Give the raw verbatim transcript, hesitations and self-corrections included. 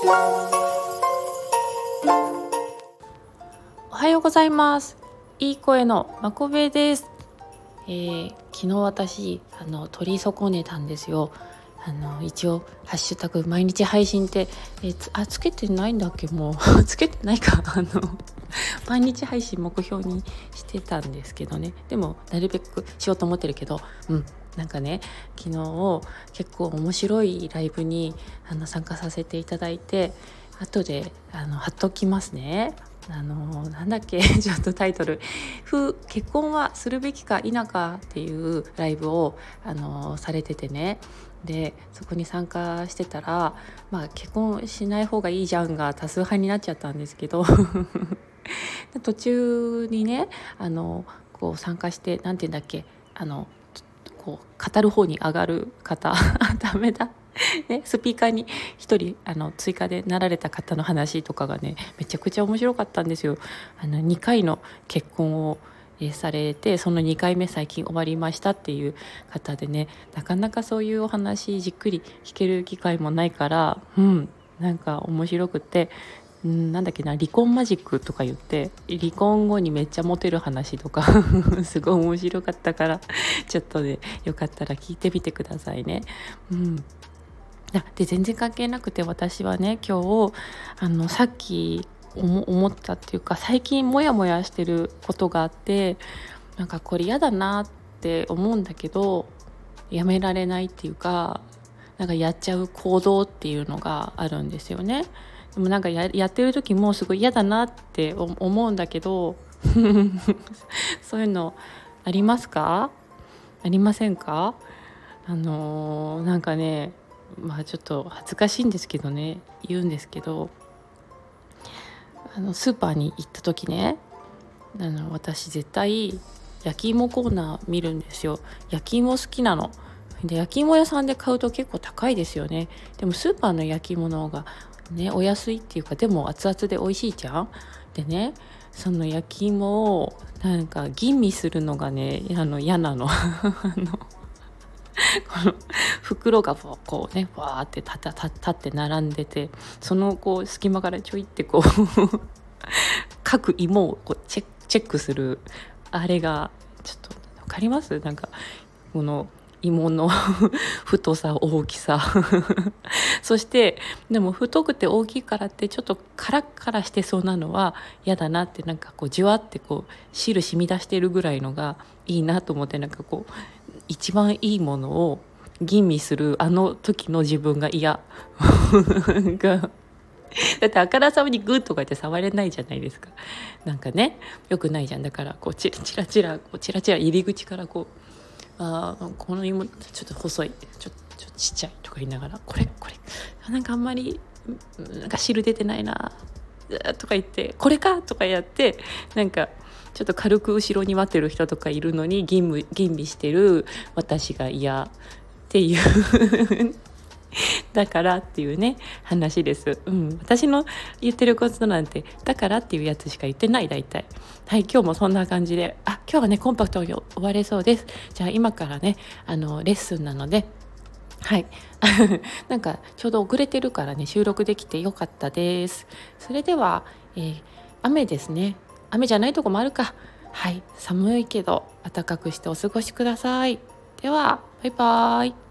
おはようございます。いい声のまこべです。えー、昨日私あの取り損ねたんですよ。あの一応ハッシュタグ毎日配信って、えー、つあつけてないんだっけもうつけてないかあの毎日配信目標にしてたんですけどね。でもなるべくしようと思ってるけど、うんなんかね昨日結構面白いライブにあの参加させていただいて、後であの貼っときますね。あのなんだっけちょっとタイトルふ結婚はするべきか否かっていうライブをあのされててね。でそこに参加してたら、まあ、結婚しない方がいいじゃんが多数派になっちゃったんですけど途中にねあのこう参加してなんて言うんだっけあのこう語る方に上がる方ダメだね、スピーカーに一人あの追加でなられた方の話とかがねめちゃくちゃ面白かったんですよ。あのにかいの結婚をされて、そのにかいめ最近終わりましたっていう方でね、なかなかそういうお話じっくり聞ける機会もないから、うんなんか面白くて、んなんだっけな離婚マジックとか言って離婚後にめっちゃモテる話とかすごい面白かったからちょっとねよかったら聞いてみてくださいね。うんで全然関係なくて、私はね今日あのさっき思思ったっていうか、最近モヤモヤしてることがあって、なんかこれ嫌だなって思うんだけどやめられないっていうか、なんかやっちゃう行動っていうのがあるんですよね。でもなんか や, やってる時もすごい嫌だなって思うんだけどそういうのありますか？ありませんか？あのー、なんかねまあちょっと恥ずかしいんですけどね言うんですけど、あのスーパーに行った時ね、あの私絶対焼き芋コーナー見るんですよ。焼き芋好きなので、焼き芋屋さんで買うと結構高いですよね。でもスーパーの焼き芋の方がねお安いっていうか、でも熱々で美味しいじゃん。でねその焼き芋をなんか吟味するのがねあの嫌なのあのこの袋がこうねわーって立って並んでて、そのこう隙間からちょいってこう各芋をこうチェックチェックするあれがちょっと分かります？なんかこの芋の太さ大きさそしてでも太くて大きいからってちょっとカラッカラしてそうなのは嫌だなって、なんかこうじゅわってこう汁染み出してるぐらいのがいいなと思って、なんかこう一番いいものを吟味するあの時の自分が嫌がだってあからさまにグッとか言って触れないじゃないですか。なんかねよくないじゃん。だからこうチラチラチラこうチラチラ入り口からこうあこの芋ちょっと細いちょっとちっちゃいとか言いながら、これこれなんかあんまりなんか汁出てないなとか言って、これかとかやって、なんかちょっと軽く後ろに待ってる人とかいるのに吟味、吟味してる私が嫌っていうだからっていうね話です、うん、私の言ってることなんてだからっていうやつしか言ってない大体。はい、今日もそんな感じで、あ今日はねコンパクトに終われそうです。じゃあ今からねあのレッスンなので、はいなんかちょうど遅れてるからね収録できてよかったです。それでは、えー、雨ですね。雨じゃないとこもあるか。はい、寒いけど暖かくしてお過ごしください。ではバイバイ。